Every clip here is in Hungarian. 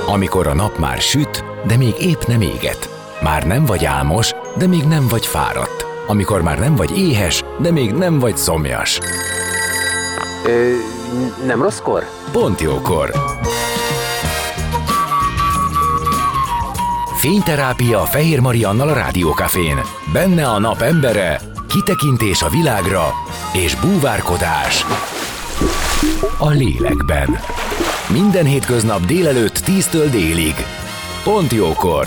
Amikor a nap már süt, de még épp nem éget. Már nem vagy álmos, de még nem vagy fáradt. Amikor már nem vagy éhes, de még nem vagy szomjas. Nem rosszkor? Pont jókor. Fényterápia Fehér Mariannal a Rádiókafén. Benne a nap embere, kitekintés a világra és búvárkodás a lélekben. Minden hétköznap délelőtt 10-től délig. Pont jókor.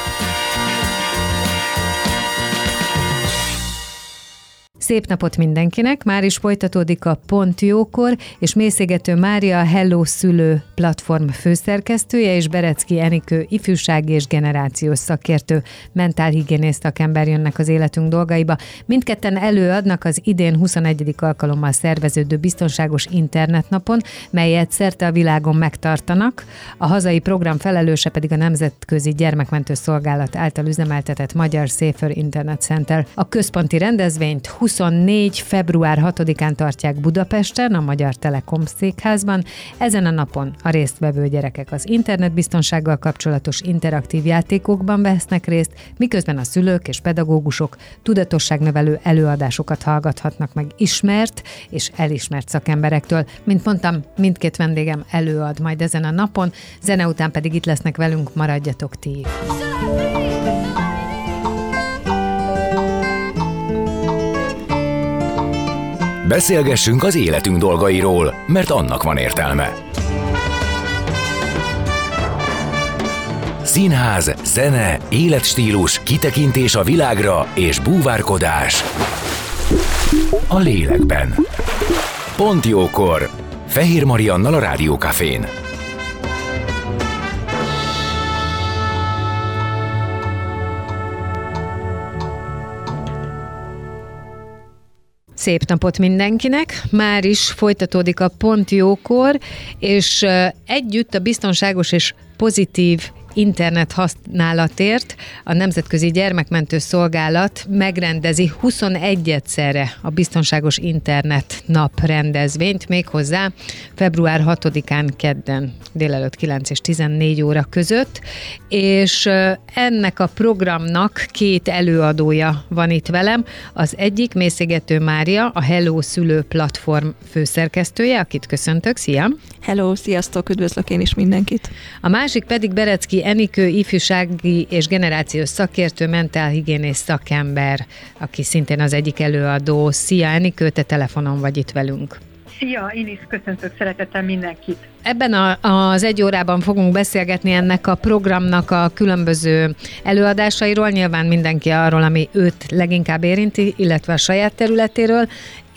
Szép napot mindenkinek! Már is folytatódik a Pont jókor, és Mészégető Mária, a Hello Szülő platform főszerkesztője, és Berecki Enikő ifjúsági és generációs szakértő, mentálhigiénész szakember jönnek az életünk dolgaiba. Mindketten előadnak az idén 21. alkalommal szerveződő biztonságos internetnapon, melyet szerte a világon megtartanak. A hazai program felelőse pedig a Nemzetközi Gyermekmentő Szolgálat által üzemeltetett Magyar Safer Internet Center. A központi rendezvényt 24. február 6-án tartják Budapesten, a Magyar Telekom székházban. Ezen a napon a résztvevő gyerekek az internetbiztonsággal kapcsolatos interaktív játékokban vesznek részt, miközben a szülők és pedagógusok tudatosságnövelő előadásokat hallgathatnak meg ismert és elismert szakemberektől. Mint mondtam, mindkét vendégem előad majd ezen a napon, zene után pedig itt lesznek velünk, maradjatok ti. Beszélgessünk az életünk dolgairól, mert annak van értelme. Színház, zene, életstílus, kitekintés a világra és búvárkodás a lélekben. Pont jókor. Fehér Mariannal a Rádiókafén. Szép napot mindenkinek! Már is folytatódik a Pont jókor, és együtt a biztonságos és pozitív internet használatért a Nemzetközi Gyermekmentő Szolgálat megrendezi 21-szerre a Biztonságos Internet Nap rendezvényt, méghozzá február 6-án kedden délelőtt 9 és 14 óra között, és ennek a programnak két előadója van itt velem. Az egyik Mészégető Mária, a Hello Szülő platform főszerkesztője, akit köszöntök. Szia! Hello, sziasztok, üdvözlök én is mindenkit! A másik pedig Berecki Enikő, ifjúsági és generációs szakértő, mentálhigiénész szakember, aki szintén az egyik előadó. Szia Enikő, te telefonon vagy itt velünk. Szia, én is köszöntök szeretettel mindenkit. Ebben az egy órában fogunk beszélgetni ennek a programnak a különböző előadásairól, nyilván mindenki arról, ami őt leginkább érinti, illetve a saját területéről,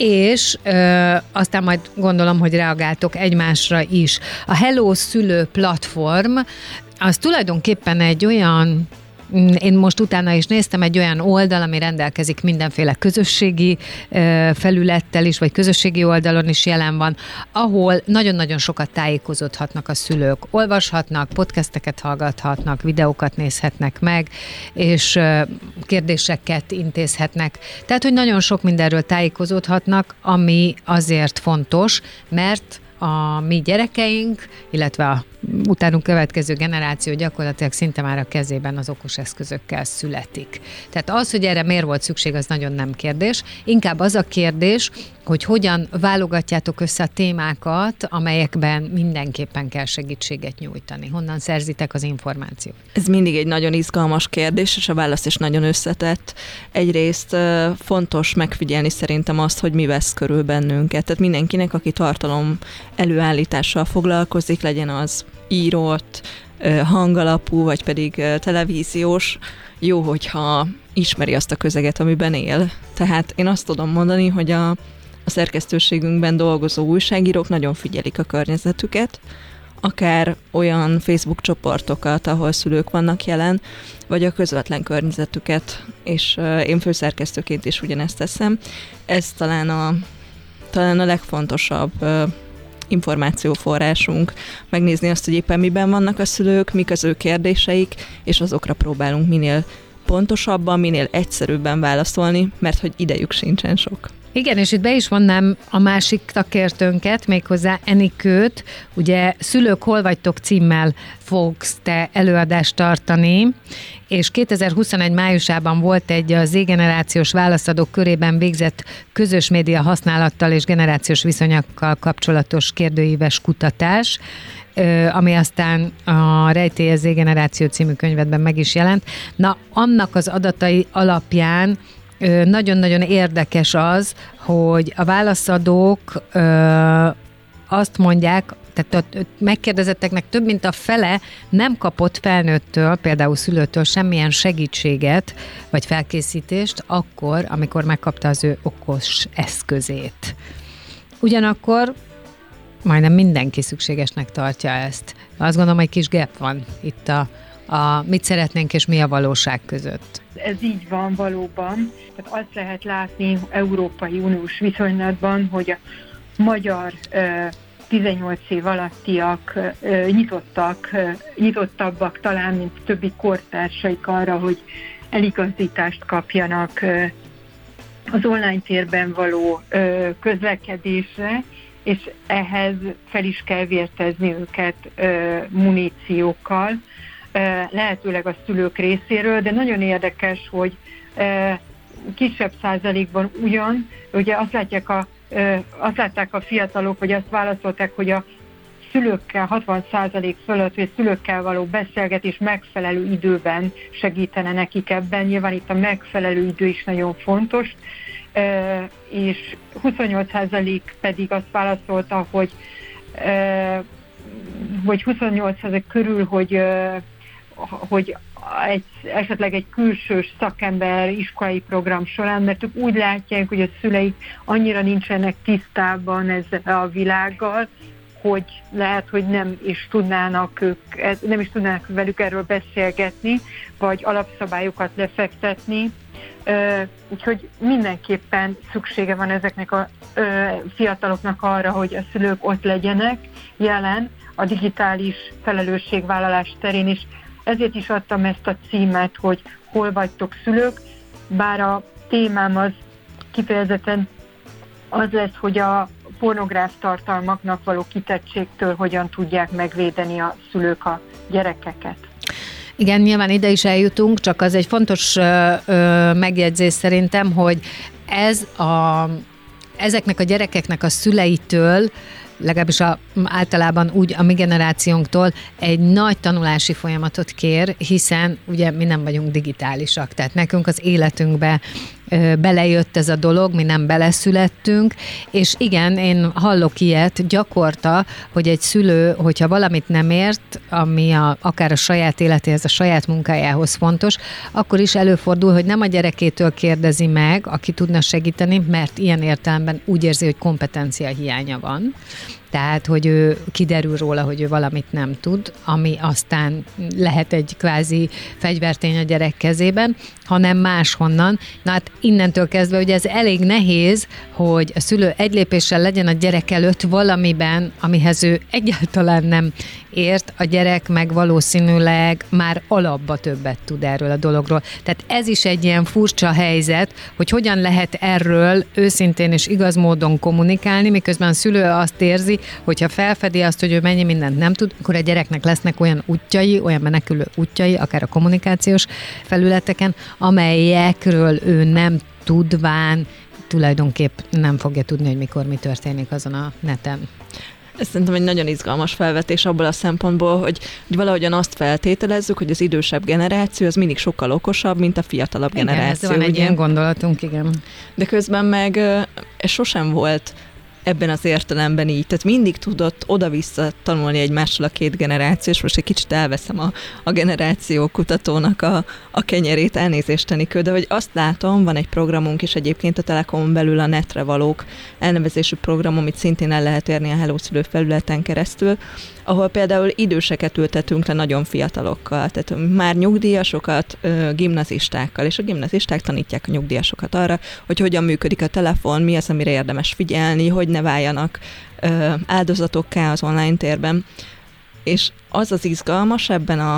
és aztán majd gondolom, hogy reagáltok egymásra is. A Hello Szülő platform az tulajdonképpen egy olyan, én most utána is néztem, egy olyan oldal, ami rendelkezik mindenféle közösségi felülettel is, vagy közösségi oldalon is jelen van, ahol nagyon-nagyon sokat tájékozódhatnak a szülők. Olvashatnak, podcasteket hallgathatnak, videókat nézhetnek meg, és kérdéseket intézhetnek. Tehát, hogy nagyon sok mindenről tájékozódhatnak, ami azért fontos, mert a mi gyerekeink, illetve a utánunk következő generáció gyakorlatilag szinte már a kezében az okos eszközökkel születik. Tehát az, hogy erre miért volt szükség, az nagyon nem kérdés. Inkább az a kérdés, hogy hogyan válogatjátok össze a témákat, amelyekben mindenképpen kell segítséget nyújtani. Honnan szerzitek az információt? Ez mindig egy nagyon izgalmas kérdés, és a válasz is nagyon összetett. Egyrészt fontos megfigyelni szerintem azt, hogy mi vesz körül bennünket. Tehát mindenkinek, aki tartalom előállítással foglalkozik, legyen az írott, hangalapú, vagy pedig televíziós, jó, hogyha ismeri azt a közeget, amiben él. Tehát én azt tudom mondani, hogy a szerkesztőségünkben dolgozó újságírók nagyon figyelik a környezetüket, akár olyan Facebook csoportokat, ahol szülők vannak jelen, vagy a közvetlen környezetüket, és én főszerkesztőként is ugyanezt teszem. Ez talán a legfontosabb információforrásunk, megnézni azt, hogy éppen miben vannak a szülők, mik az ő kérdéseik, és azokra próbálunk minél pontosabban, minél egyszerűbben válaszolni, mert hogy idejük sincsen sok. Igen, és itt be is vonnám a másik szakértőnket, méghozzá Enikőt. Ugye Szülők, hol vagytok címmel fogsz te előadást tartani, és 2021 májusában volt egy a Z-generációs válaszadók körében végzett közös média használattal és generációs viszonyokkal kapcsolatos kérdőíves kutatás, ami aztán a Rejtélye Z-generáció című könyvedben meg is jelent. Na, annak az adatai alapján nagyon-nagyon érdekes az, hogy a válaszadók azt mondják, tehát a megkérdezetteknek több mint a fele nem kapott felnőttől, például szülőtől semmilyen segítséget vagy felkészítést akkor, amikor megkapta az ő okos eszközét. Ugyanakkor majdnem mindenki szükségesnek tartja ezt. Azt gondolom, hogy kis gap van itt a mit szeretnénk és mi a valóság között. Ez így van valóban. Tehát azt lehet látni Európai Uniós viszonylatban, hogy a magyar 18 év alattiak nyitottabbak talán, mint többi kortársaik arra, hogy eligazítást kapjanak az online térben való közlekedésre, és ehhez fel is kell vértezni őket muníciókkal, lehetőleg a szülők részéről, de nagyon érdekes, hogy kisebb százalékban ugye azt látták a fiatalok, vagy azt válaszolták, hogy a szülőkkel 60% fölött, vagy szülőkkel való beszélgetés megfelelő időben segítene nekik ebben. Nyilván itt a megfelelő idő is nagyon fontos, és 28% pedig azt válaszolta, hogy 28% körül, hogy esetleg egy külsős szakember iskolai program során, mert ők úgy látják, hogy a szüleik annyira nincsenek tisztában ezzel a világgal, hogy lehet, hogy nem is tudnának velük erről beszélgetni, vagy alapszabályokat lefektetni. Úgyhogy mindenképpen szüksége van ezeknek a fiataloknak arra, hogy a szülők ott legyenek jelen a digitális felelősségvállalás terén is. Ezért is adtam ezt a címet, hogy hol vagytok szülők, bár a témám az kifejezetten az lesz, hogy a pornográf tartalmaknak való kitettségtől hogyan tudják megvédeni a szülők a gyerekeket. Igen, nyilván ide is eljutunk, csak az egy fontos megjegyzés szerintem, hogy ezeknek a gyerekeknek a szüleitől, legalábbis általában úgy a mi generációnktól egy nagy tanulási folyamatot kér, hiszen ugye mi nem vagyunk digitálisak, tehát nekünk az életünkbe belejött ez a dolog, mi nem beleszülettünk, és igen, én hallok ilyet gyakorta, hogy egy szülő, hogyha valamit nem ért, ami akár a saját életéhez, a saját munkájához fontos, akkor is előfordul, hogy nem a gyerekétől kérdezi meg, aki tudna segíteni, mert ilyen értelemben úgy érzi, hogy kompetencia hiánya van. Tehát, hogy ő kiderül róla, hogy ő valamit nem tud, ami aztán lehet egy kvázi fegyvertény a gyerek kezében, hanem máshonnan. Na hát innentől kezdve, ugye ez elég nehéz, hogy a szülő egy lépéssel legyen a gyerek előtt valamiben, amihez ő egyáltalán nem ért, a gyerek meg valószínűleg már alapba többet tud erről a dologról. Tehát ez is egy ilyen furcsa helyzet, hogy hogyan lehet erről őszintén és igaz módon kommunikálni, miközben a szülő azt érzi, hogyha felfedi azt, hogy ő mennyi mindent nem tud, akkor a gyereknek lesznek olyan útjai, olyan menekülő útjai, akár a kommunikációs felületeken, amelyekről ő nem tudván tulajdonképp nem fogja tudni, hogy mikor mi történik azon a neten. Ez szerintem egy nagyon izgalmas felvetés abból a szempontból, hogy valahogyan azt feltételezzük, hogy az idősebb generáció az mindig sokkal okosabb, mint a fiatalabb generáció. Igen, ez van egy ilyen gondolatunk, igen. De közben meg ez sosem volt ebben az értelemben így. Tehát mindig tudott oda-vissza tanulni egymással a két generáció, és most egy kicsit elveszem a generáció kutatónak a kenyerét, elnézést Enikő, de hogy azt látom, van egy programunk is egyébként a Telekomon belül, a Netre Valók elnevezésű program, amit szintén el lehet érni a Hello Szülő felületen keresztül, ahol például időseket ültetünk le nagyon fiatalokkal, tehát már nyugdíjasokat gimnazistákkal, és a gimnazisták tanítják a nyugdíjasokat arra, hogy hogyan működik a telefon, mi az, amire érdemes figyelni, hogy ne váljanak áldozatokká az online térben. És az az izgalmas ebben a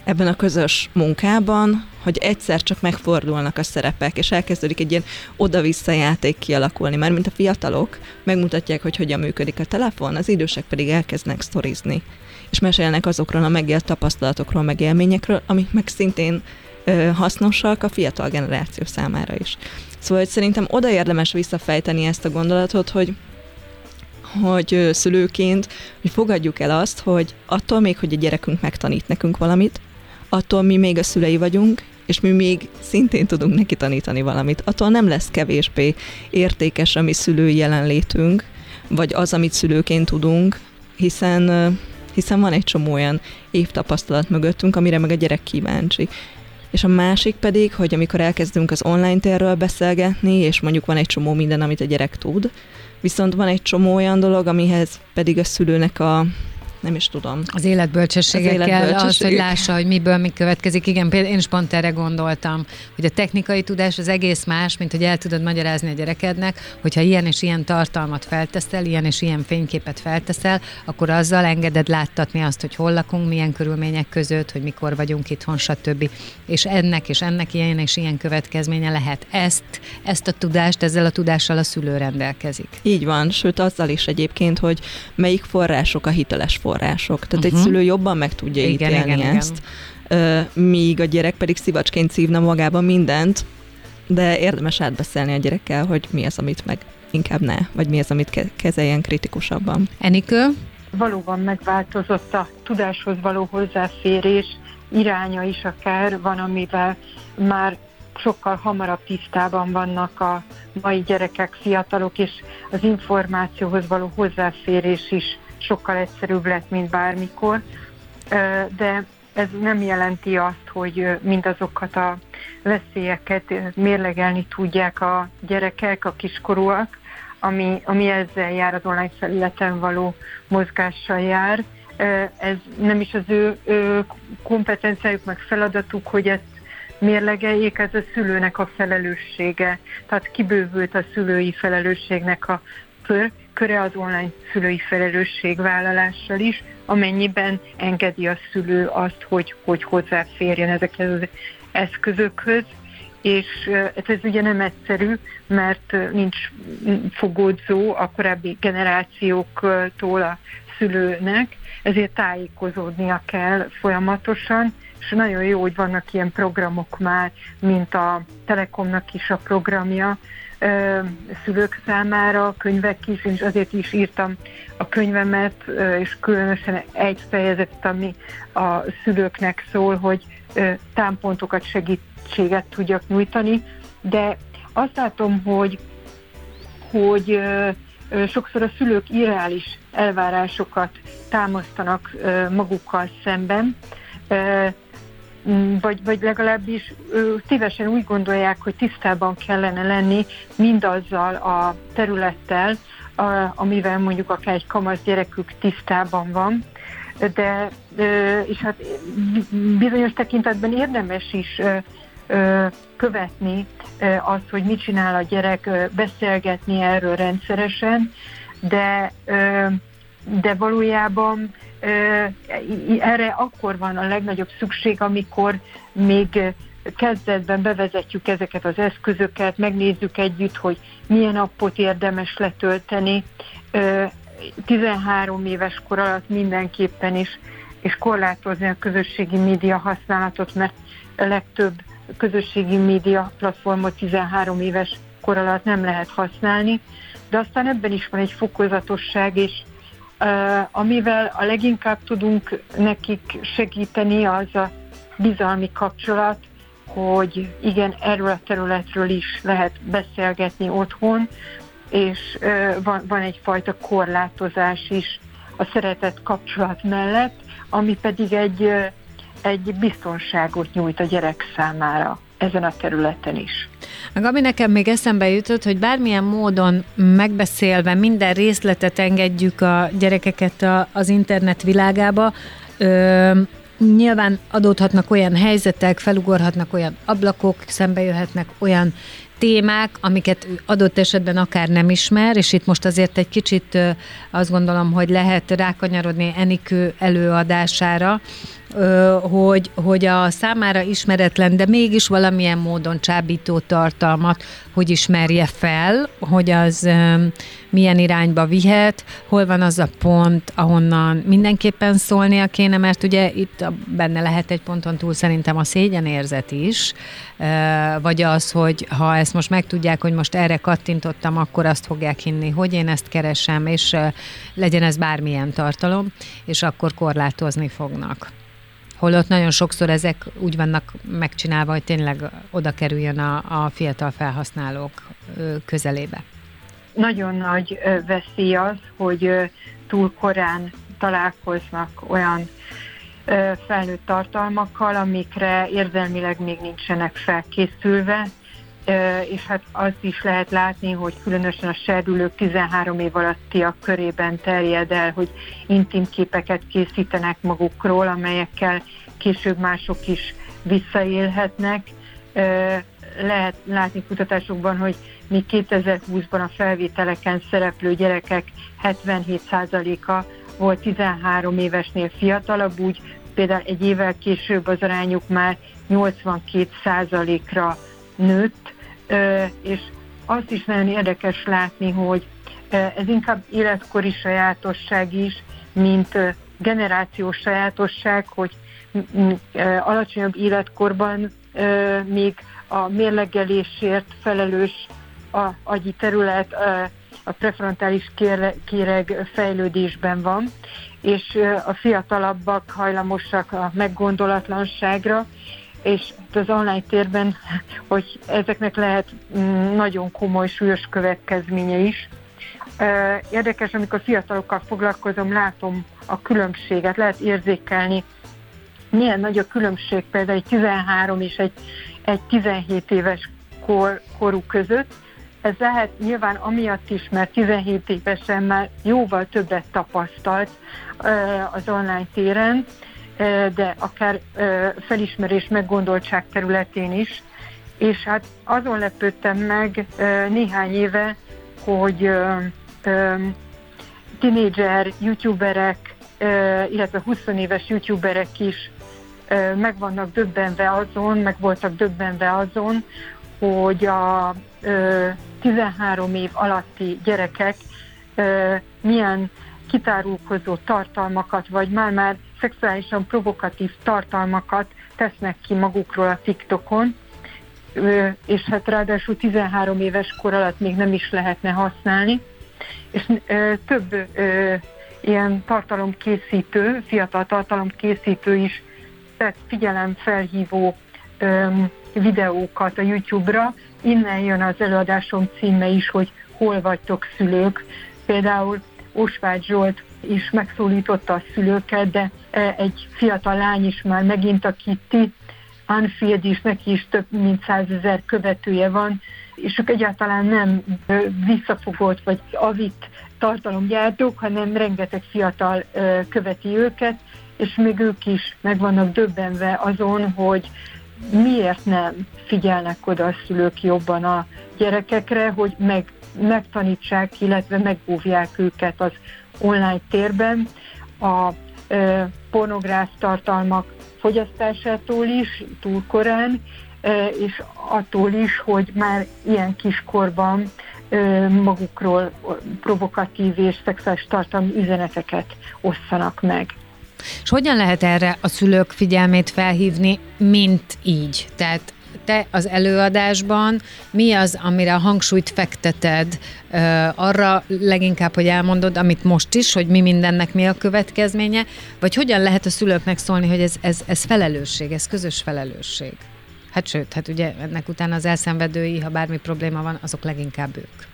ebben a közös munkában, hogy egyszer csak megfordulnak a szerepek, és elkezdődik egy ilyen oda-vissza játék kialakulni. Már mint a fiatalok megmutatják, hogy hogyan működik a telefon, az idősek pedig elkezdenek sztorizni, és mesélnek azokról a megélt tapasztalatokról, meg élményekről, amik meg szintén hasznosak a fiatal generáció számára is. Szóval szerintem oda érdemes visszafejteni ezt a gondolatot, hogy szülőként, hogy fogadjuk el azt, hogy attól még, hogy a gyerekünk megtanít nekünk valamit, attól mi még a szülei vagyunk, és mi még szintén tudunk neki tanítani valamit. Attól nem lesz kevésbé értékes a mi szülői jelenlétünk, vagy az, amit szülőként tudunk, hiszen van egy csomó olyan évtapasztalat mögöttünk, amire meg a gyerek kíváncsi. És a másik pedig, hogy amikor elkezdünk az online térről beszélgetni, és mondjuk van egy csomó minden, amit a gyerek tud, viszont van egy csomó olyan dolog, amihez pedig a szülőnek nem is tudom. Az életbölcsessége kell, az, hogy lássa, hogy miből mi következik. Igen, például én is pont erre gondoltam, hogy a technikai tudás az egész más, mint hogy el tudod magyarázni a gyerekednek, hogyha ilyen és ilyen tartalmat felteszel, ilyen és ilyen fényképet felteszel, akkor azzal engeded láttatni azt, hogy hol lakunk, milyen körülmények között, hogy mikor vagyunk itthon, stb. És ennek ilyen és ilyen következménye lehet. Ezt a tudást, ezzel a tudással a szülő rendelkezik. Így van, sőt azzal is egyébként, hogy melyik források a hiteles források. Tehát egy szülő jobban meg tudja ítélni ezt, míg a gyerek pedig szivacsként szívna magában mindent, de érdemes átbeszélni a gyerekkel, hogy mi az, amit meg inkább ne, vagy mi az, amit kezeljen kritikusabban. Enikő? Valóban megváltozott a tudáshoz való hozzáférés iránya is akár, van, amivel már sokkal hamarabb tisztában vannak a mai gyerekek, fiatalok, és az információhoz való hozzáférés is sokkal egyszerűbb lett, mint bármikor, de ez nem jelenti azt, hogy mindazokat a veszélyeket mérlegelni tudják a gyerekek, a kiskorúak, ami ezzel jár, az online felületen való mozgással jár. Ez nem is az ő kompetenciájuk, meg feladatuk, hogy ezt mérlegeljék, ez a szülőnek a felelőssége. Tehát kibővült a szülői felelősségnek a köre az online szülői felelősségvállalással is, amennyiben engedi a szülő azt, hogy hozzáférjen ezekhez az eszközökhöz, és ez ugye nem egyszerű, mert nincs fogódzó a korábbi generációktól a szülőnek, ezért tájékozódnia kell folyamatosan, és nagyon jó, hogy vannak ilyen programok már, mint a Telekomnak is a programja, szülők számára, könyvek is, és azért is írtam a könyvemet, és különösen egy fejezetet, ami a szülőknek szól, hogy támpontokat, segítséget tudjak nyújtani, de azt látom, hogy sokszor a szülők irreális elvárásokat támasztanak magukkal szemben, vagy legalábbis tévesen úgy gondolják, hogy tisztában kellene lenni mindazzal a területtel, amivel mondjuk akár egy kamasz gyerekük tisztában van, de és hát bizonyos tekintetben érdemes is követni azt, hogy mit csinál a gyerek, beszélgetni erről rendszeresen, de valójában erre akkor van a legnagyobb szükség, amikor még kezdetben bevezetjük ezeket az eszközöket, megnézzük együtt, hogy milyen appot érdemes letölteni. 13 éves kor alatt mindenképpen is, és korlátozni a közösségi média használatot, mert a legtöbb közösségi média platformot 13 éves kor alatt nem lehet használni, de aztán ebben is van egy fokozatosság, és amivel a leginkább tudunk nekik segíteni, az a bizalmi kapcsolat, hogy igen, erről a területről is lehet beszélgetni otthon, és van egyfajta korlátozás is a szeretett kapcsolat mellett, ami pedig egy biztonságot nyújt a gyerek számára ezen a területen is. Meg ami nekem még eszembe jutott, hogy bármilyen módon megbeszélve minden részletet engedjük a gyerekeket az internet világába, nyilván adódhatnak olyan helyzetek, felugorhatnak olyan ablakok, szembe jöhetnek olyan témák, amiket adott esetben akár nem ismer, és itt most azért egy kicsit azt gondolom, hogy lehet rákanyarodni Enikő előadására, hogy a számára ismeretlen, de mégis valamilyen módon csábító tartalmat, hogy ismerje fel, hogy az milyen irányba vihet, hol van az a pont, ahonnan mindenképpen szólnia kéne, mert ugye itt benne lehet egy ponton túl szerintem a szégyenérzet is, vagy az, hogy ha ezt most megtudják, hogy most erre kattintottam, akkor azt fogják hinni, hogy én ezt keresem, és legyen ez bármilyen tartalom, és akkor korlátozni fognak. Holott nagyon sokszor ezek úgy vannak megcsinálva, hogy tényleg oda kerüljön a fiatal felhasználók közelébe. Nagyon nagy veszély az, hogy túl korán találkoznak olyan felnőtt tartalmakkal, amikre érzelmileg még nincsenek felkészülve, és hát azt is lehet látni, hogy különösen a serdülők 13 év alattiak körében terjed el, hogy intim képeket készítenek magukról, amelyekkel később mások is visszaélhetnek. Lehet látni kutatásokban, hogy még 2020-ban a felvételeken szereplő gyerekek 77%-a volt 13 évesnél fiatalabb, úgy például egy évvel később az arányuk már 82%-ra nőtt, és azt is nagyon érdekes látni, hogy ez inkább életkori sajátosság is, mint generációs sajátosság, hogy alacsonyabb életkorban még a mérlegelésért felelős agyi terület a prefrontális kéreg fejlődésben van, és a fiatalabbak hajlamosak a meggondolatlanságra, és az online térben, hogy ezeknek lehet nagyon komoly, súlyos következménye is. Érdekes, amikor fiatalokkal foglalkozom, látom a különbséget, lehet érzékelni, milyen nagy a különbség például egy 13 és egy 17 éves korú között. Ez lehet nyilván amiatt is, mert 17 évesen már jóval többet tapasztalt az online téren, de akár felismerés, meggondoltság területén is. És hát azon lepődtem meg néhány éve, hogy tinédzser youtuberek, illetve 20 éves youtuberek is meg voltak döbbenve azon, hogy a 13 év alatti gyerekek milyen kitárulkozó tartalmakat, vagy már szexuálisan provokatív tartalmakat tesznek ki magukról a TikTokon, és hát ráadásul 13 éves kor alatt még nem is lehetne használni. És több ilyen tartalomkészítő, fiatal tartalomkészítő is tett figyelemfelhívó videókat a YouTube-ra. Innen jön az előadásom címe is, hogy hol vagytok szülők. Például Ósvágy Zsolt is megszólította a szülőket, de egy fiatal lány is már megint, a Kitty, Anfield is, neki is több mint 100 000 követője van, és ők egyáltalán nem visszafogott vagy avitt tartalomgyártók, hanem rengeteg fiatal követi őket, és még ők is meg vannak döbbenve azon, hogy miért nem figyelnek oda a szülők jobban a gyerekekre, hogy megtanítsák, illetve megóvják őket az online térben a pornográf tartalmak fogyasztásától is, túl korán, és attól is, hogy már ilyen kiskorban magukról provokatív és szexuális tartalmi üzeneteket osszanak meg. És hogyan lehet erre a szülők figyelmét felhívni, mint így? Tehát te az előadásban mi az, amire a hangsúlyt fekteted, arra leginkább, hogy elmondod, amit most is, hogy mi mindennek mi a következménye, vagy hogyan lehet a szülőknek szólni, hogy ez felelősség, ez közös felelősség? Hát sőt, hát ugye ennek után az elszenvedői, ha bármi probléma van, azok leginkább ők.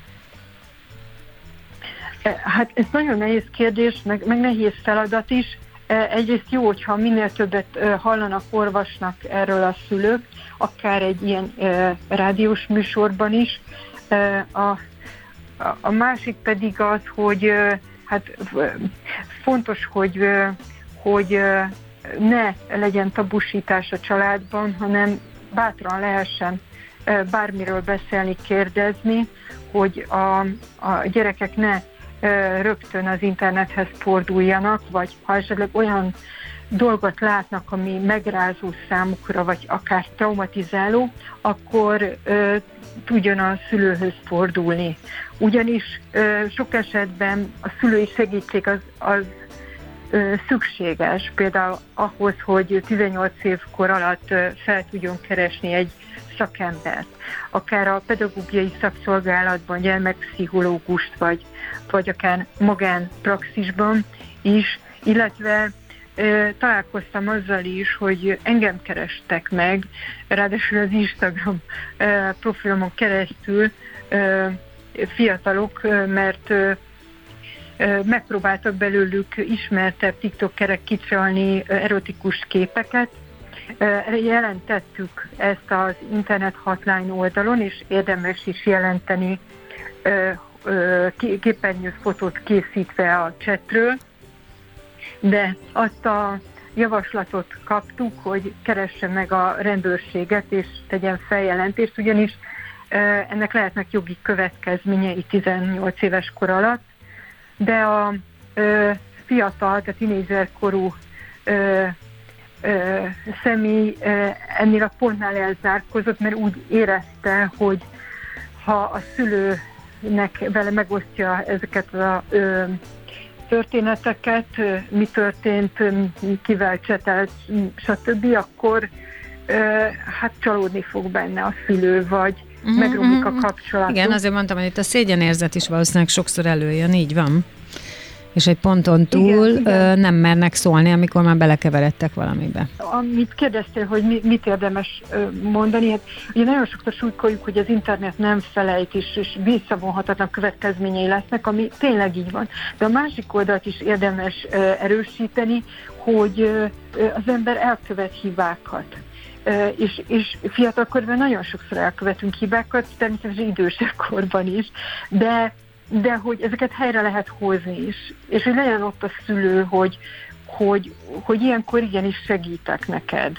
Hát ez nagyon nehéz kérdés, meg nehéz feladat is. Egyrészt jó, hogyha minél többet hallanak, olvasnak erről a szülők, akár egy ilyen rádiós műsorban is. A másik pedig az, hogy hát fontos, hogy ne legyen tabusítás a családban, hanem bátran lehessen bármiről beszélni, kérdezni, hogy a gyerekek ne rögtön az internethez forduljanak, vagy ha esetleg olyan dolgot látnak, ami megrázó számukra, vagy akár traumatizáló, akkor tudjon a szülőhöz fordulni. Ugyanis sok esetben a szülői segítség az szükséges, például ahhoz, hogy 18 év kor alatt fel tudjon keresni egy szakembert, akár a pedagógiai szakszolgálatban, gyermekpszichológust, vagy akár magánpraxisban is, illetve találkoztam azzal is, hogy engem kerestek meg, ráadásul az Instagram profilomon keresztül fiatalok, mert megpróbáltak belőlük ismertebb tiktokerek kicsalni erotikus képeket. Jelentettük ezt az internet hotline oldalon, és érdemes is jelenteni képernyőfotót készítve a chatről, de azt a javaslatot kaptuk, hogy keresse meg a rendőrséget és tegyen feljelentést, ugyanis ennek lehetnek jogi következményei 18 éves kor alatt, de a fiatal, tehát tínédzserkorú személy ennél a pontnál elzárkózott, mert úgy érezte, hogy ha a szülőnek vele megosztja ezeket a történeteket, mi történt, kivel csetelt, stb., akkor hát csalódni fog benne a szülő, vagy megromlik a kapcsolat. Igen, azért mondtam, hogy itt a szégyenérzet is valószínűleg sokszor előjön, így van. És egy ponton túl igen. Nem mernek szólni, amikor már belekeveredtek valamibe. Amit kérdeztél, hogy mit érdemes mondani, hát ugye nagyon sokszor súlykoljuk, hogy az internet nem felejt, és visszavonhatatlan következményei lesznek, ami tényleg így van. De a másik oldalt is érdemes erősíteni, hogy az ember elkövet hibákat. És fiatalkorban nagyon sokszor elkövetünk hibákat, természetesen idősebb korban is, de hogy ezeket helyre lehet hozni is. És hogy legyen ott a szülő, hogy ilyenkor igenis segítek neked.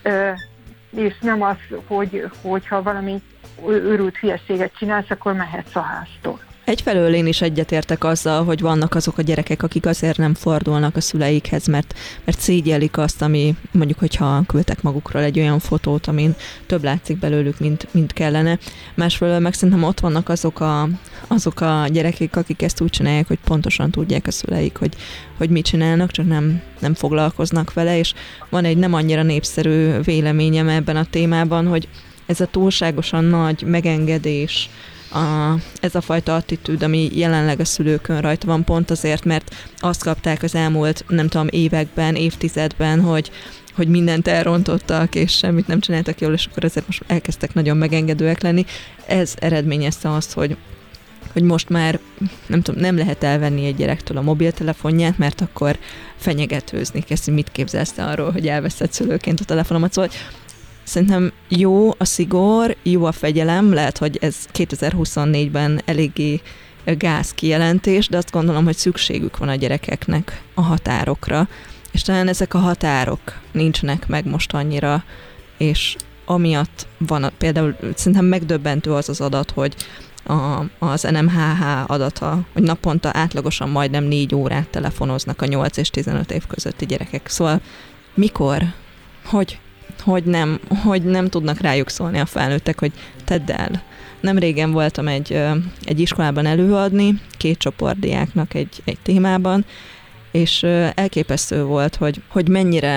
És nem az, hogyha valami őrült hülyeséget csinálsz, akkor mehetsz a háztól. Egyfelől én is egyetértek azzal, hogy vannak azok a gyerekek, akik azért nem fordulnak a szüleikhez, mert szégyellik azt, ami mondjuk, hogyha küldtek magukról egy olyan fotót, amin több látszik belőlük, mint kellene. Másfelől meg szerintem ott vannak azok a gyerekek, akik ezt úgy csinálják, hogy pontosan tudják a szüleik, hogy mit csinálnak, csak nem foglalkoznak vele, és van egy nem annyira népszerű véleményem ebben a témában, hogy ez a túlságosan nagy megengedés, ez a fajta attitűd, ami jelenleg a szülőkön rajta van, pont azért, mert azt kapták az elmúlt, nem tudom, években, évtizedben, hogy mindent elrontottak, és semmit nem csináltak jól, és akkor ezért most elkezdtek nagyon megengedőek lenni. Ez eredményezte azt, hogy most már nem lehet elvenni egy gyerektől a mobiltelefonját, mert akkor fenyegetőzni kezd, mit képzelsz te arról, hogy elveszed szülőként a telefonomat. Szóval szerintem jó a szigor, jó a fegyelem, lehet, hogy ez 2024-ben eléggé gáz kijelentés, de azt gondolom, hogy szükségük van a gyerekeknek a határokra, és talán ezek a határok nincsenek meg most annyira, és amiatt van például szerintem megdöbbentő az adat, hogy az NMHH adata, hogy naponta átlagosan majdnem 4 órát telefonoznak a 8 és 15 év közötti gyerekek. Szóval mikor? Hogy nem tudnak rájuk szólni a felnőttek, hogy tedd el. Nem régen voltam egy iskolában előadni, 2 csoport diáknak egy témában, és elképesztő volt, hogy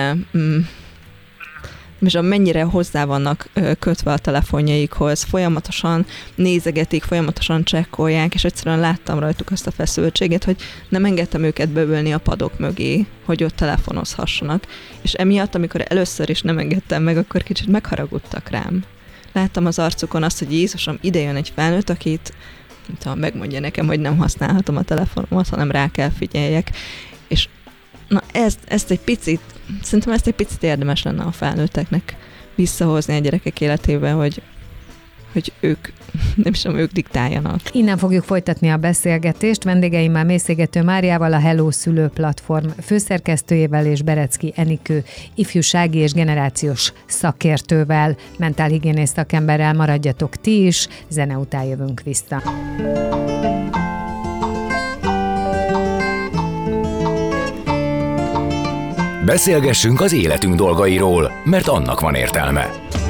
mennyire hozzá vannak kötve a telefonjaikhoz, folyamatosan nézegetik, folyamatosan csekkolják, és egyszerűen láttam rajtuk azt a feszültséget, hogy nem engedtem őket bebölni a padok mögé, hogy ott telefonozhassanak. És emiatt, amikor először is nem engedtem meg, akkor kicsit megharagudtak rám. Láttam az arcukon azt, hogy Jézusom, ide jön egy felnőtt, akit megmondja nekem, hogy nem használhatom a telefonomat, hanem rá kell figyeljek. És na ezt egy picit érdemes lenne a felnőtteknek visszahozni a gyerekek életébe, hogy ők, nem is tudom, ők diktáljanak. Innen fogjuk folytatni a beszélgetést. Vendégeimmel Mészégető Máriával, a Hello Szülő platform főszerkesztőjével és Berecki Enikő ifjúsági és generációs szakértővel, mentálhigiénész szakemberrel. Maradjatok ti is, zene után jövünk vissza. Beszélgessünk az életünk dolgairól, mert annak van értelme.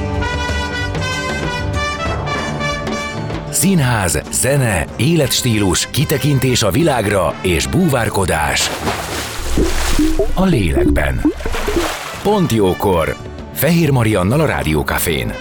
Színház, zene, életstílus, kitekintés a világra és búvárkodás a lélekben. Pont jókor! Fehér Mariannal a Rádió Cafén.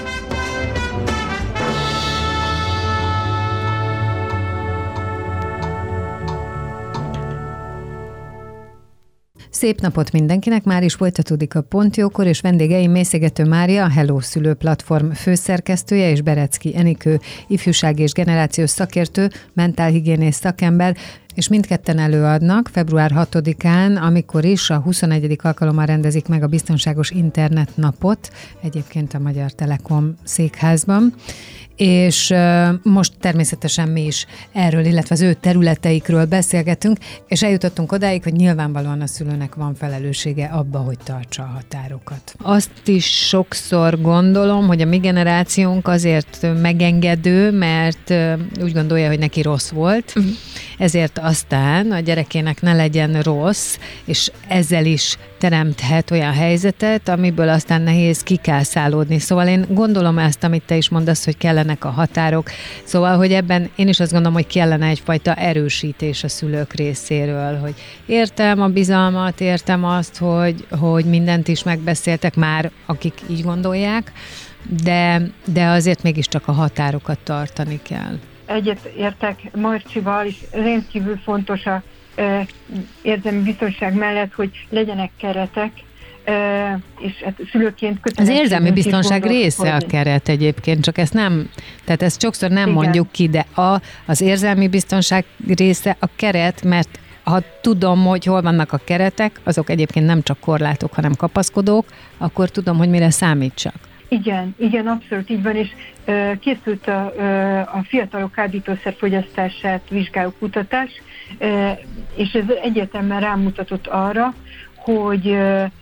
Szép napot mindenkinek, már is folytatódik a Pont jókor, és vendégeim Mészégető Mária, a Hello Szülő platform főszerkesztője, és Berecki Enikő, ifjúsági és generációs szakértő, mentálhigiénész szakember, és mindketten előadnak február 6-án, amikor is a 21. alkalommal rendezik meg a Biztonságos Internet Napot, egyébként a Magyar Telekom székházban. És most természetesen mi is erről, illetve az ő területeikről beszélgetünk, és eljutottunk odáig, hogy nyilvánvalóan a szülőnek van felelőssége abba, hogy tartsa a határokat. Azt is sokszor gondolom, hogy a mi generációnk azért megengedő, mert úgy gondolja, hogy neki rossz volt, ezért aztán a gyerekének ne legyen rossz, és ezzel is teremthet olyan helyzetet, amiből aztán nehéz kikászálódni. Szóval én gondolom ezt, amit te is mondasz, hogy kellenek a határok. Szóval, hogy ebben én is azt gondolom, hogy kellene egyfajta erősítés a szülők részéről, hogy értem a bizalmat, értem azt, hogy mindent is megbeszéltek már, akik így gondolják, de azért mégiscsak a határokat tartani kell. Egyet értek Marcsival, és rendkívül fontos a érzelmi biztonság mellett, hogy legyenek keretek, és hát szülőként kötelező. Az érzelmi biztonság része a keret egyébként, csak ezt nem, tehát ezt sokszor nem mondjuk ki, de az érzelmi biztonság része a keret, mert ha tudom, hogy hol vannak a keretek, azok egyébként nem csak korlátok, hanem kapaszkodók, akkor tudom, hogy mire számítsak. Igen, abszolút így van, és készült a fiatalok kábítószerfogyasztását vizsgáló kutatás, és ez egyértelműen rámutatott arra, hogy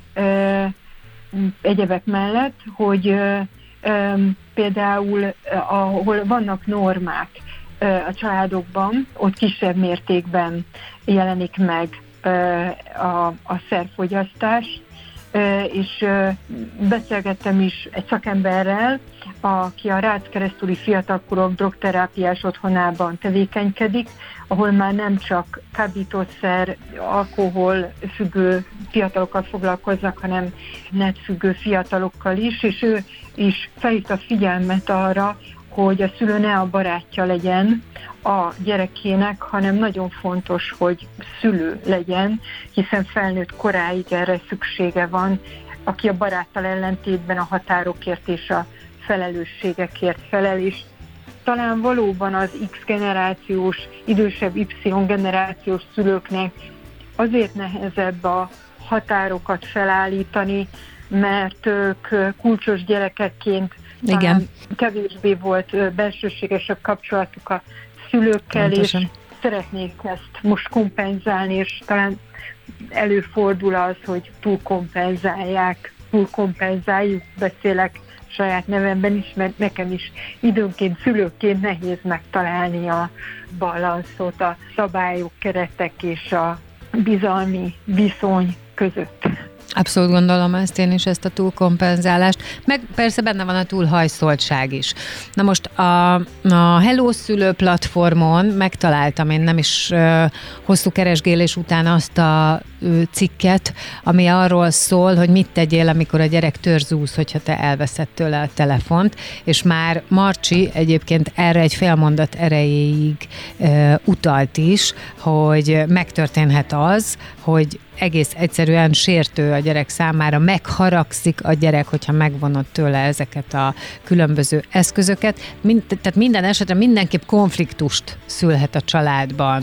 egyebek mellett, hogy például ahol vannak normák a családokban, ott kisebb mértékben jelenik meg a szerfogyasztás, és beszélgettem is egy szakemberrel, aki a Rácz Keresztúri Fiatalkorok drogterápiás otthonában tevékenykedik, ahol már nem csak kábítószer, alkohol függő fiatalokkal foglalkoznak, hanem netfüggő fiatalokkal is, és ő is felhívta a figyelmet arra, hogy a szülő ne a barátja legyen a gyerekének, hanem nagyon fontos, hogy szülő legyen, hiszen felnőtt koráig erre szüksége van, aki a baráttal ellentétben a határokért és a felelősségekért felel, és talán valóban az X generációs, idősebb Y generációs szülőknek azért nehezebb a határokat felállítani, mert ők kulcsos gyerekekként kevésbé volt belsőségesebb kapcsolatuk a szülőkkel, pontosan. És szeretnék ezt most kompenzálni, és talán előfordul az, hogy túlkompenzáljuk, beszélek saját nevemben is, mert nekem is időnként szülőként nehéz megtalálni a balanszot a szabályok, keretek és a bizalmi viszony között. Abszolút gondolom ezt én is, ezt a túlkompenzálást, meg persze benne van a túlhajszoltság is. Na most a Hello Szülő platformon megtaláltam én nem is hosszú keresgélés után azt a cikket, ami arról szól, hogy mit tegyél, amikor a gyerek törzúz, hogyha te elveszed tőle a telefont, és már Marcsi egyébként erre egy félmondat erejéig utalt is, hogy megtörténhet az, hogy egész egyszerűen sértő a gyerek számára, megharagszik a gyerek, hogyha megvonod tőle ezeket a különböző eszközöket. Tehát minden esetre mindenképp konfliktust szülhet a családban.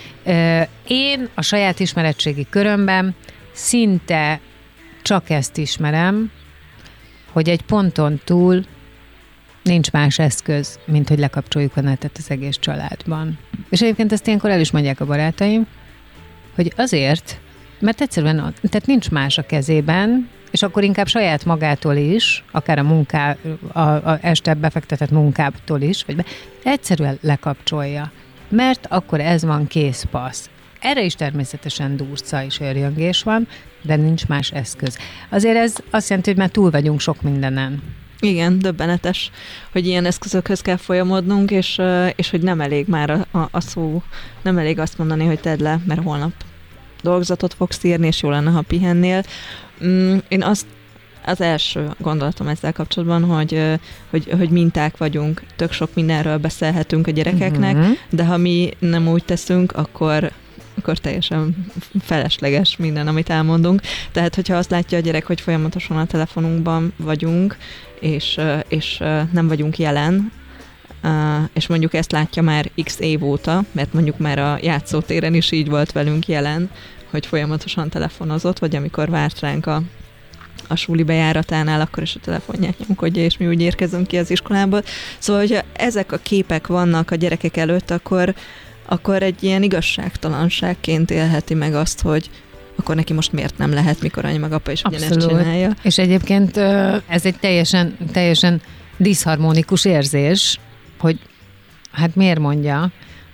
Én a saját ismeretségi körömben szinte csak ezt ismerem, hogy egy ponton túl nincs más eszköz, mint hogy lekapcsoljuk a netet az egész családban. És egyébként ezt ilyenkor el is mondják a barátaim, hogy azért, mert egyszerűen tehát nincs más a kezében, és akkor inkább saját magától is, akár a este befektetett munkától is, vagy egyszerűen lekapcsolja. Mert akkor ez van, kész, passz. Erre is természetesen durca és örjöngés van, de nincs más eszköz. Azért ez azt jelenti, hogy már túl vagyunk sok mindenen. Igen, döbbenetes, hogy ilyen eszközökhöz kell folyamodnunk, és hogy nem elég már a szó, nem elég azt mondani, hogy tedd le, mert holnap dolgozatot fogsz írni, és jó lenne, ha pihennél. Én az első gondolatom ezzel kapcsolatban, hogy minták vagyunk, tök sok mindenről beszélhetünk a gyerekeknek, de ha mi nem úgy teszünk, akkor teljesen felesleges minden, amit elmondunk. Tehát, hogyha azt látja a gyerek, hogy folyamatosan a telefonunkban vagyunk, és nem vagyunk jelen, és mondjuk ezt látja már x év óta, mert mondjuk már a játszótéren is így volt velünk jelen, hogy folyamatosan telefonozott, vagy amikor várt ránk a suli bejáratánál, akkor is a telefonját nyomkodja, és mi úgy érkezünk ki az iskolából. Szóval, hogyha ezek a képek vannak a gyerekek előtt, akkor egy ilyen igazságtalanságként élheti meg azt, hogy akkor neki most miért nem lehet, mikor anya meg apa is ugyanezt csinálja. És egyébként ez egy teljesen diszharmonikus érzés, hogy hát miért mondja,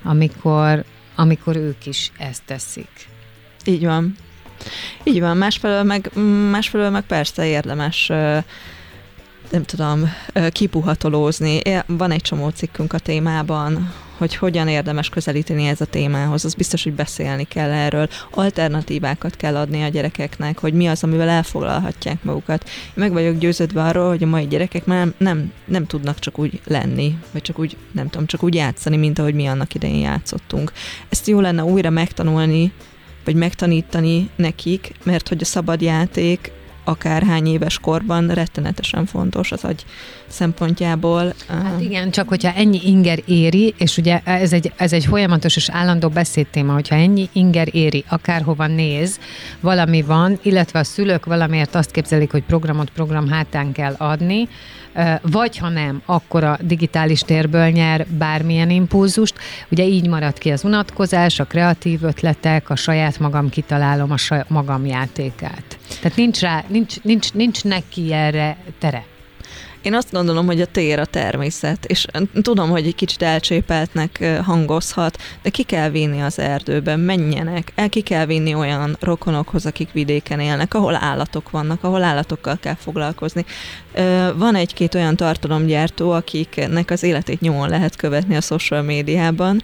amikor ők is ezt teszik. Így van. Így van. Másfelől meg persze érdemes nem tudom, kipuhatolózni. Van egy csomó cikkünk a témában, hogy hogyan érdemes közelíteni ez a témához. Az biztos, hogy beszélni kell erről. Alternatívákat kell adni a gyerekeknek, hogy mi az, amivel elfoglalhatják magukat. Én meg vagyok győződve arról, hogy a mai gyerekek már nem tudnak csak úgy lenni, vagy csak úgy, nem tudom, csak úgy játszani, mint ahogy mi annak idején játszottunk. Ezt jó lenne újra megtanulni, vagy megtanítani nekik, mert hogy a szabad játék akárhány éves korban rettenetesen fontos az agy szempontjából. Hát igen, csak hogyha ennyi inger éri, és ugye ez egy folyamatos és állandó beszédtéma, hogyha ennyi inger éri, akárhova néz, valami van, illetve a szülők valamiért azt képzelik, hogy program hátán kell adni, vagy ha nem, akkor a digitális térből nyer bármilyen impulzust. Ugye így marad ki az unatkozás, a kreatív ötletek, a saját magam kitalálom a magam játékát. Tehát nincs neki erre tere. Én azt gondolom, hogy a tér a természet, és tudom, hogy egy kicsit elcsépeltnek hangozhat, de ki kell vinni az erdőbe, menjenek, ki kell vinni olyan rokonokhoz, akik vidéken élnek, ahol állatok vannak, ahol állatokkal kell foglalkozni. Van egy-két olyan tartalomgyártó, akiknek az életét nyomon lehet követni a social médiában,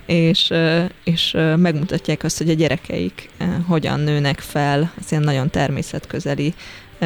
és megmutatják azt, hogy a gyerekeik hogyan nőnek fel, az ilyen nagyon természetközeli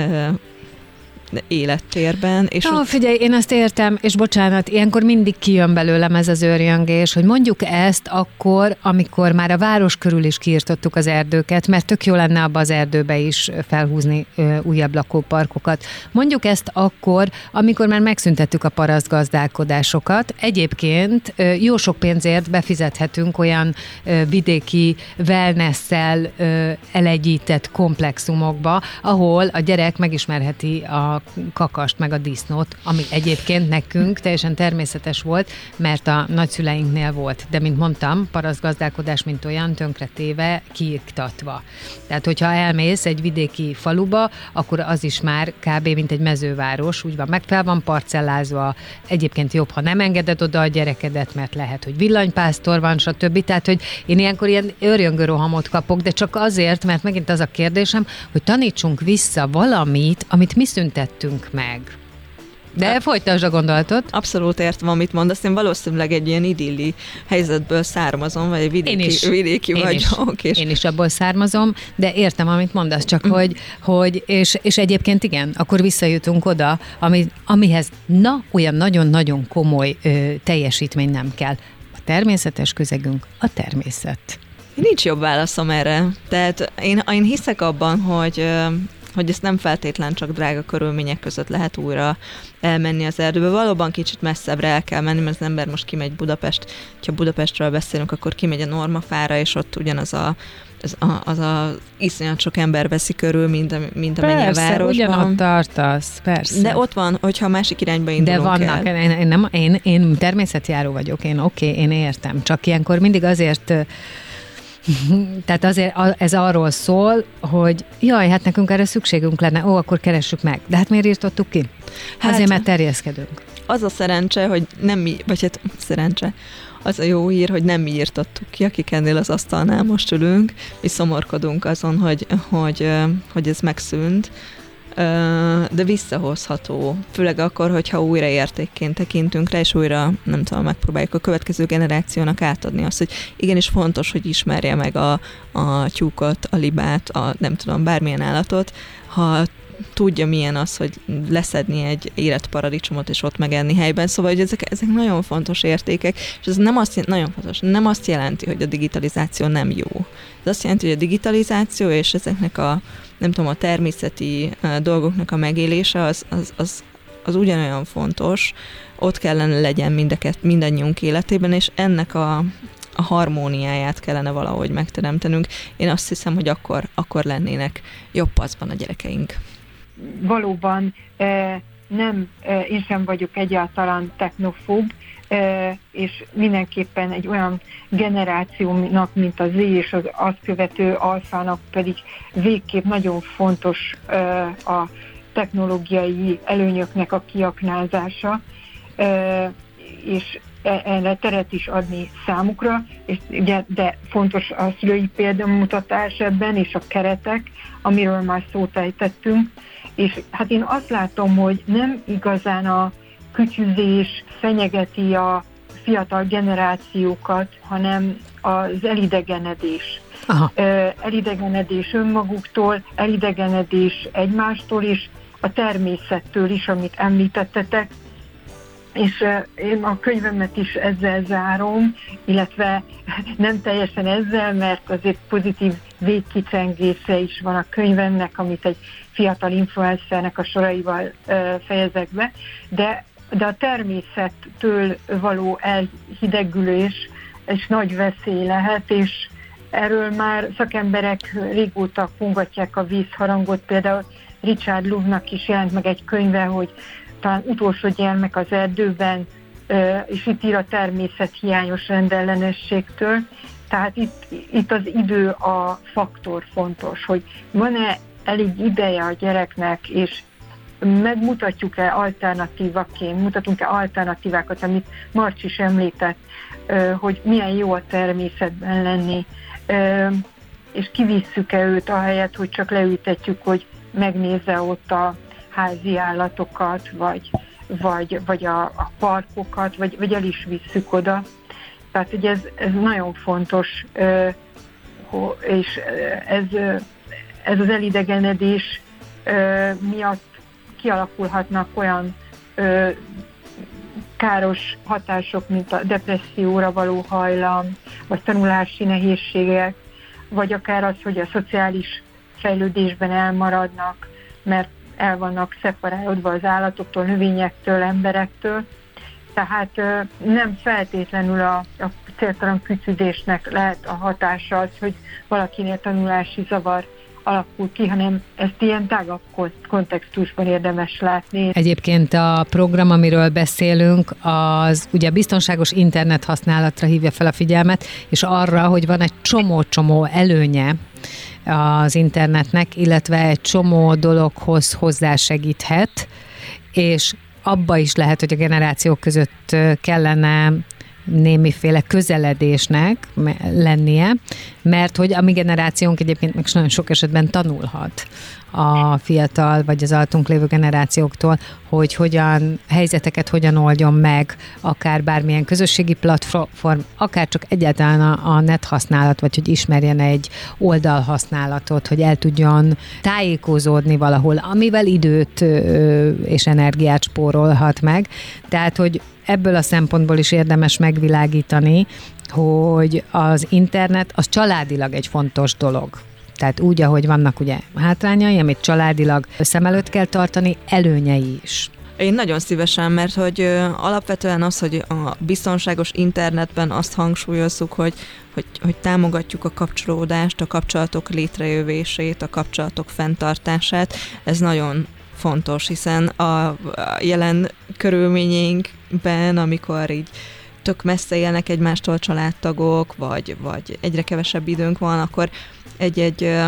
élettérben. És figyelj, én azt értem, és bocsánat, ilyenkor mindig kijön belőlem ez az őrjöngés, hogy mondjuk ezt akkor, amikor már a város körül is kiirtottuk az erdőket, mert tök jó lenne abba az erdőbe is felhúzni újabb lakóparkokat. Mondjuk ezt akkor, amikor már megszüntettük a parasztgazdálkodásokat. Egyébként jó sok pénzért befizethetünk olyan vidéki wellness-szel elegyített komplexumokba, ahol a gyerek megismerheti a kakast, meg a disznót, ami egyébként nekünk teljesen természetes volt, mert a nagyszüleinknél volt. De, mint mondtam, parasztgazdálkodás, mint olyan, tönkretéve, kiiktatva. Tehát, hogyha elmész egy vidéki faluba, akkor az is már kb. Mint egy mezőváros, úgy van, meg fel van parcellázva, egyébként jobb, ha nem engeded oda a gyerekedet, mert lehet, hogy villanypásztor van, stb. Tehát, hogy én ilyenkor ilyen őrjöngő rohamot kapok, de csak azért, mert megint az a kérdésem, hogy tanítsunk vissza valamit, amit mi szüntettünk meg. De folytasd a gondolatot. Abszolút értem, amit mondasz. Én valószínűleg egy ilyen idilli helyzetből származom, vagy vidéki vagyok. Én is abból származom, de értem, amit mondasz, csak hogy és egyébként igen, akkor visszajutunk oda, amihez olyan nagyon-nagyon komoly teljesítmény nem kell. A természetes közegünk a természet. Nincs jobb válaszom erre. Tehát én hiszek abban, hogy ezt nem feltétlen csak drága körülmények között lehet újra elmenni az erdőbe. Valóban kicsit messzebbre el kell menni, mert az ember most kimegy ha Budapestről beszélünk, akkor kimegy a Normafára, és ott ugyanaz az iszonyat sok ember veszi körül, mint amennyi a városban. Ugyanott tartasz, persze. De ott van, hogyha a másik irányba indulunk. De vannak, én természetjáró vagyok, én értem. Csak ilyenkor mindig azért... Tehát azért ez arról szól, hogy jaj, hát nekünk erre szükségünk lenne, akkor keressük meg. De hát miért írtottuk ki? Azért, mert terjeszkedünk. Az a szerencse, hogy nem mi, vagy hát szerencse, az a jó hír, hogy nem mi írtottuk ki, akik ennél az asztalnál most ülünk, mi szomorkodunk azon, hogy ez megszűnt, de visszahozható, főleg akkor, hogyha újra értékként tekintünk rá, és újra, nem tudom, megpróbáljuk a következő generációnak átadni azt, hogy igenis fontos, hogy ismerje meg a tyúkot, a libát, nem tudom, bármilyen állatot, ha tudja, milyen az, hogy leszedni egy érett paradicsomot, és ott megenni helyben. Szóval, hogy ezek nagyon fontos értékek, és ez nem azt jelenti, hogy a digitalizáció nem jó. Ez azt jelenti, hogy a digitalizáció és ezeknek nem tudom, a természeti dolgoknak a megélése az ugyanolyan fontos, ott kellene legyen mindannyiunk életében, és ennek a harmóniáját kellene valahogy megteremtenünk. Én azt hiszem, hogy akkor lennének jobb paszban a gyerekeink. Valóban én sem vagyok egyáltalán technofób, és mindenképpen egy olyan generációnak, mint a Z és az azt követő alfának pedig végképp nagyon fontos a technológiai előnyöknek a kiaknázása, és erre teret is adni számukra, és ugye, de fontos a szülői példamutatás ebben, és a keretek, amiről már szót ejtettünk, és hát én azt látom, hogy nem igazán a kütyüzés fenyegeti a fiatal generációkat, hanem az elidegenedés. Elidegenedés önmaguktól, elidegenedés egymástól, és a természettől is, amit említettetek, és én a könyvemet is ezzel zárom, illetve nem teljesen ezzel, mert azért pozitív végkicsengése is van a könyvemnek, amit egy fiatal influencernek a soraival fejezek be, de a természettől való elhidegülés és nagy veszély lehet, és erről már szakemberek régóta kongatják a vízharangot, például Richard Louv-nak is jelent meg egy könyve, hogy talán utolsó gyermek az erdőben, és itt ír a természet hiányos rendellenességtől. Tehát itt az idő a faktor fontos, hogy van-e elég ideje a gyereknek, és megmutatjuk-e alternatívaként, mutatunk-e alternatívákat, amit Marcs is említett, hogy milyen jó a természetben lenni, és kivisszük-e őt ahelyett, hogy csak leültetjük, hogy megnézze ott a házi állatokat, vagy a parkokat, vagy el is visszük oda. Tehát ugye ez nagyon fontos, és ez az elidegenedés miatt kialakulhatnak olyan káros hatások, mint a depresszióra való hajlam, vagy tanulási nehézségek, vagy akár az, hogy a szociális fejlődésben elmaradnak, mert el vannak szeparálódva az állatoktól, növényektől, emberektől. Tehát nem feltétlenül a céltalan kütyüzésnek lehet a hatása az, hogy valakinél tanulási zavar alakul ki, hanem ezt ilyen tágabb kontextusban érdemes látni. Egyébként a program, amiről beszélünk, az ugye biztonságos internet használatra hívja fel a figyelmet, és arra, hogy van egy csomó előnye az internetnek, illetve egy csomó dologhoz hozzásegíthet, és abba is lehet, hogy a generációk között kellene némiféle közeledésnek lennie, mert hogy a mi generációnk egyébként meg nagyon sok esetben tanulhat a fiatal vagy az alattunk lévő generációktól, hogy helyzeteket hogyan oldjon meg, akár bármilyen közösségi platform, akár csak egyáltalán a net használat, vagy hogy ismerjen egy oldalhasználatot, hogy el tudjon tájékozódni valahol, amivel időt és energiát spórolhat meg. Tehát, hogy ebből a szempontból is érdemes megvilágítani, hogy az internet az családilag egy fontos dolog. Tehát úgy, ahogy vannak ugye hátrányai, amit családilag szem előtt kell tartani, előnyei is. Én nagyon szívesen, mert hogy alapvetően az, hogy a biztonságos internetben azt hangsúlyozzuk, hogy támogatjuk a kapcsolódást, a kapcsolatok létrejövését, a kapcsolatok fenntartását, ez nagyon fontos, hiszen a jelen körülményeinkben, amikor így tök messze élnek egymástól családtagok, vagy egyre kevesebb időnk van, akkor egy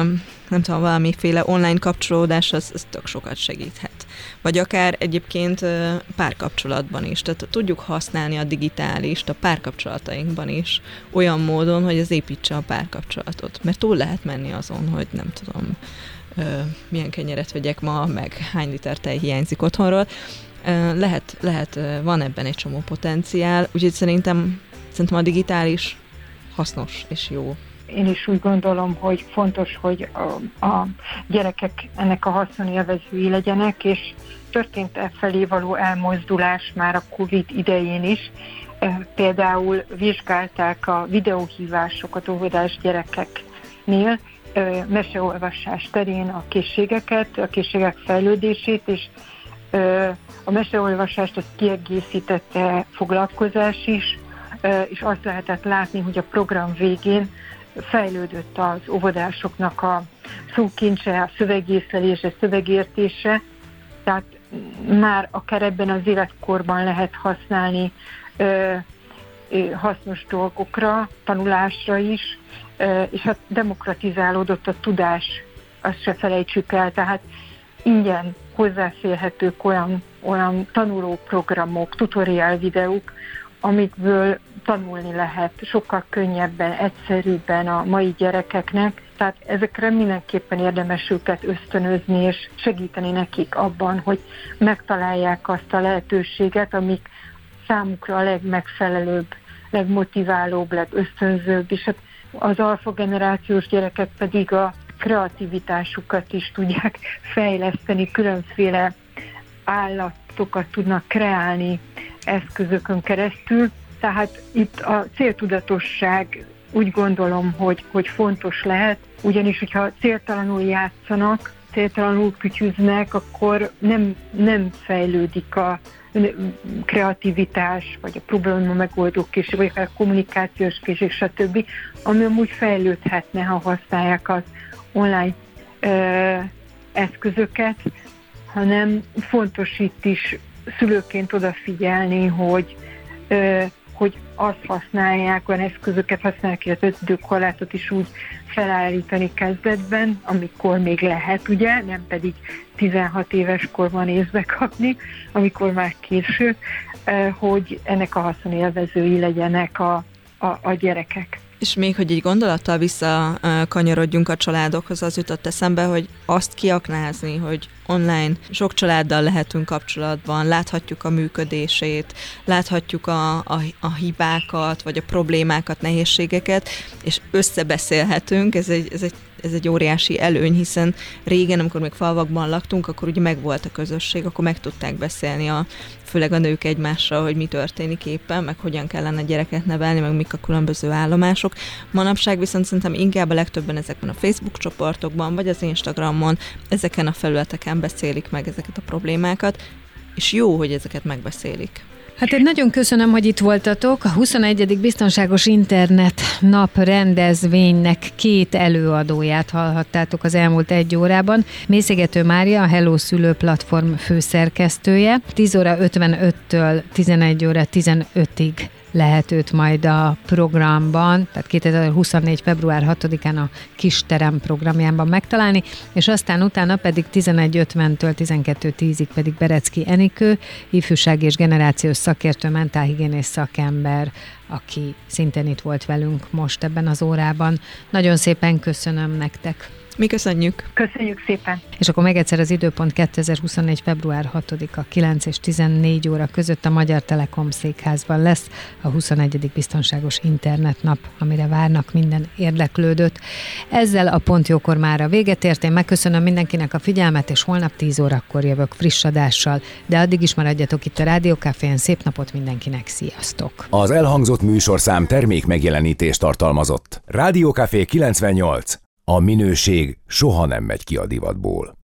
nem tudom, valamiféle online kapcsolódás, az tök sokat segíthet. Vagy akár egyébként párkapcsolatban is. Tehát tudjuk használni a digitálist a párkapcsolatainkban is olyan módon, hogy az építse a párkapcsolatot. Mert túl lehet menni azon, hogy nem tudom, milyen kenyeret vegyek ma, meg hány liter tej hiányzik otthonról. Van ebben egy csomó potenciál, úgyhogy szerintem a digitális hasznos és jó. Én is úgy gondolom, hogy fontos, hogy a gyerekek ennek a haszonélvezői legyenek, és történt felé való elmozdulás már a Covid idején is. Például vizsgálták a videóhívásokat óvodás gyerekeknél, meseolvasás terén a készségeket, a készségek fejlődését, és a meseolvasást azt kiegészítette foglalkozás is, és azt lehetett látni, hogy a program végén fejlődött az óvodásoknak a szókincse, a szövegészlelése, a szövegértése, tehát már akár ebben az életkorban lehet használni hasznos dolgokra, tanulásra is, és hát demokratizálódott a tudás, azt se felejtsük el, tehát ingyen hozzáférhetők olyan tanulóprogramok, tutorial videók, amikből tanulni lehet sokkal könnyebben, egyszerűbben a mai gyerekeknek. Tehát ezekre mindenképpen érdemes őket ösztönözni, és segíteni nekik abban, hogy megtalálják azt a lehetőséget, amik számukra a legmegfelelőbb, legmotiválóbb, legösztönzőbb, és hát az alfa generációs gyerekek pedig a kreativitásukat is tudják fejleszteni, különféle állatokat tudnak kreálni eszközökön keresztül. Tehát itt a céltudatosság úgy gondolom, hogy fontos lehet, ugyanis hogyha céltalanul játszanak, céltalanul kütyüznek, akkor nem fejlődik a kreativitás, vagy a probléma megoldó készség, vagy a kommunikációs készség, stb., ami amúgy fejlődhetne, ha használják az online eszközöket, hanem fontos itt is szülőként odafigyelni, hogy azt használják, olyan eszközöket használják, illetve időkorlátot is úgy felállítani kezdetben, amikor még lehet, ugye, nem pedig 16 éves korban észbe kapni, amikor már késő, hogy ennek a haszonélvezői legyenek a gyerekek. És még, hogy egy gondolattal visszakanyarodjunk a családokhoz, az jutott eszembe, hogy azt kiaknázni, hogy online sok családdal lehetünk kapcsolatban, láthatjuk a működését, láthatjuk a hibákat, vagy a problémákat, nehézségeket, és összebeszélhetünk, ez egy óriási előny, hiszen régen, amikor még falvakban laktunk, akkor ugye megvolt a közösség, akkor meg tudták beszélni főleg a nők egymással, hogy mi történik éppen, meg hogyan kellene gyereket nevelni, meg mik a különböző állomások. Manapság viszont szerintem inkább a legtöbben ezekben a Facebook csoportokban, vagy az Instagramon, ezeken a felületeken beszélik meg ezeket a problémákat, és jó, hogy ezeket megbeszélik. Hát én nagyon köszönöm, hogy itt voltatok. A 21. Biztonságos Internet Nap rendezvénynek 2 előadóját hallhattátok az elmúlt 1 órában. Mészegető Mária, a Hello Szülő platform főszerkesztője. 10 óra 55-től 11 óra 15-ig lehet őt majd a programban, tehát 2024. február 6-án a Kisterem programjában megtalálni, és aztán utána pedig 11:50-től 12:10-ig pedig Berecki Enikő, ifjúság és generációs szakértő, mentálhigiénés szakember, aki szintén itt volt velünk most ebben az órában. Nagyon szépen köszönöm nektek. Mi köszönjük. Köszönjük szépen. És akkor még egyszer az időpont 2024. február 6-a 9 és 14 óra között a Magyar Telekom székházban lesz a 21. Biztonságos Internetnap, amire várnak minden érdeklődőt. Ezzel a Pontjókor mára véget ért. Én megköszönöm mindenkinek a figyelmet, és holnap 10 órakor jövök friss adással, de addig is maradjatok itt a Rádió Cafén. Szép napot mindenkinek, sziasztok! Az elhangzott műsorszám termék megjelenítést tartalmazott. Rádió Café 98. A minőség soha nem megy ki a divatból.